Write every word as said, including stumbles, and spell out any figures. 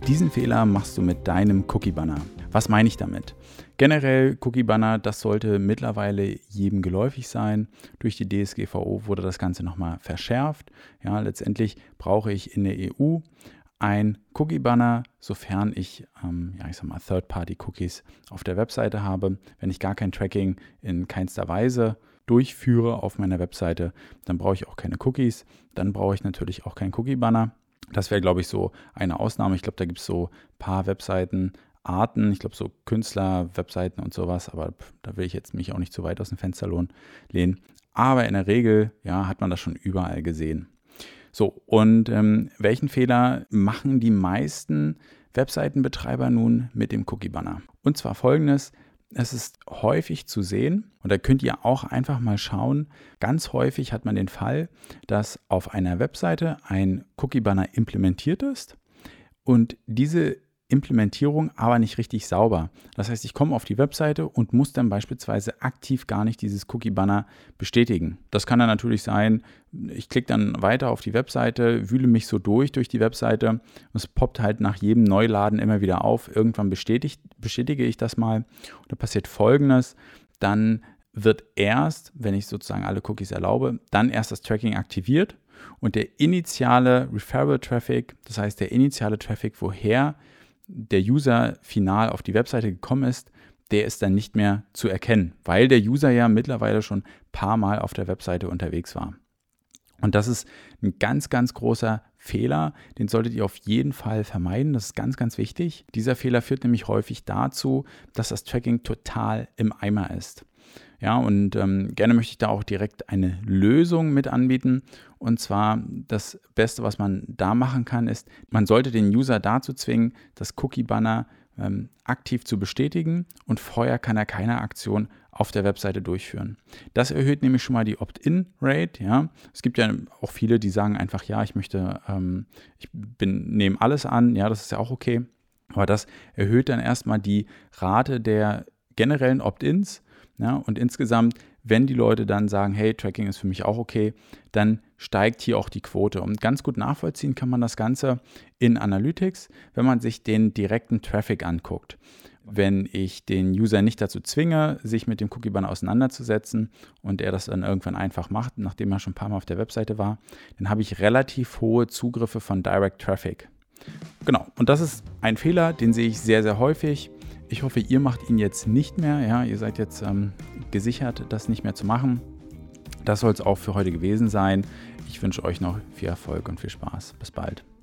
Diesen Fehler machst du mit deinem Cookie-Banner. Was meine ich damit? Generell Cookie-Banner, das sollte mittlerweile jedem geläufig sein. Durch die D S G V O wurde das Ganze nochmal verschärft. Ja, letztendlich brauche ich in der E U ein Cookie-Banner, sofern ich, ähm, ja, ich sag mal, Third-Party-Cookies auf der Webseite habe. Wenn ich gar kein Tracking in keinster Weise durchführe auf meiner Webseite, dann brauche ich auch keine Cookies. Dann brauche ich natürlich auch kein Cookie-Banner. Das wäre, glaube ich, so eine Ausnahme. Ich glaube, da gibt es so ein paar Webseitenarten, ich glaube so Künstler-Webseiten und sowas, aber da will ich jetzt mich auch nicht zu weit aus dem Fenster lehnen. Aber in der Regel, ja, hat man das schon überall gesehen. So, und ähm, welchen Fehler machen die meisten Webseitenbetreiber nun mit dem Cookie-Banner? Und zwar folgendes: Es ist häufig zu sehen, und da könnt ihr auch einfach mal schauen, ganz häufig hat man den Fall, dass auf einer Webseite ein Cookie-Banner implementiert ist und diese Implementierung aber nicht richtig sauber. Das heißt, ich komme auf die Webseite und muss dann beispielsweise aktiv gar nicht dieses Cookie-Banner bestätigen. Das kann dann natürlich sein, ich klicke dann weiter auf die Webseite, wühle mich so durch durch die Webseite und es poppt halt nach jedem Neuladen immer wieder auf. Irgendwann bestätigt, bestätige ich das mal und da passiert Folgendes: Dann wird erst, wenn ich sozusagen alle Cookies erlaube, dann erst das Tracking aktiviert und der initiale Referral Traffic, das heißt der initiale Traffic, woher der User final auf die Webseite gekommen ist, der ist dann nicht mehr zu erkennen, weil der User ja mittlerweile schon ein paar Mal auf der Webseite unterwegs war. Und das ist ein ganz, ganz großer Fehler, den solltet ihr auf jeden Fall vermeiden. Das ist ganz, ganz wichtig. Dieser Fehler führt nämlich häufig dazu, dass das Tracking total im Eimer ist. Ja, und ähm, gerne möchte ich da auch direkt eine Lösung mit anbieten. Und zwar das Beste, was man da machen kann, ist, man sollte den User dazu zwingen, das Cookie-Banner ähm, aktiv zu bestätigen und vorher kann er keine Aktion auf der Webseite durchführen. Das erhöht nämlich schon mal die Opt-in-Rate. Ja. Es gibt ja auch viele, die sagen einfach, ja, ich möchte, ähm, ich bin, nehme alles an, ja, das ist ja auch okay. Aber das erhöht dann erstmal die Rate der generellen Opt-ins. Ja, und insgesamt, wenn die Leute dann sagen, hey, Tracking ist für mich auch okay, dann steigt hier auch die Quote. Und ganz gut nachvollziehen kann man das Ganze in Analytics, wenn man sich den direkten Traffic anguckt. Wenn ich den User nicht dazu zwinge, sich mit dem Cookie-Banner auseinanderzusetzen und er das dann irgendwann einfach macht, nachdem er schon ein paar Mal auf der Webseite war, dann habe ich relativ hohe Zugriffe von Direct Traffic. Genau, und das ist ein Fehler, den sehe ich sehr, sehr häufig. Ich hoffe, ihr macht ihn jetzt nicht mehr. Ja, ihr seid jetzt ähm, gesichert, das nicht mehr zu machen. Das soll es auch für heute gewesen sein. Ich wünsche euch noch viel Erfolg und viel Spaß. Bis bald.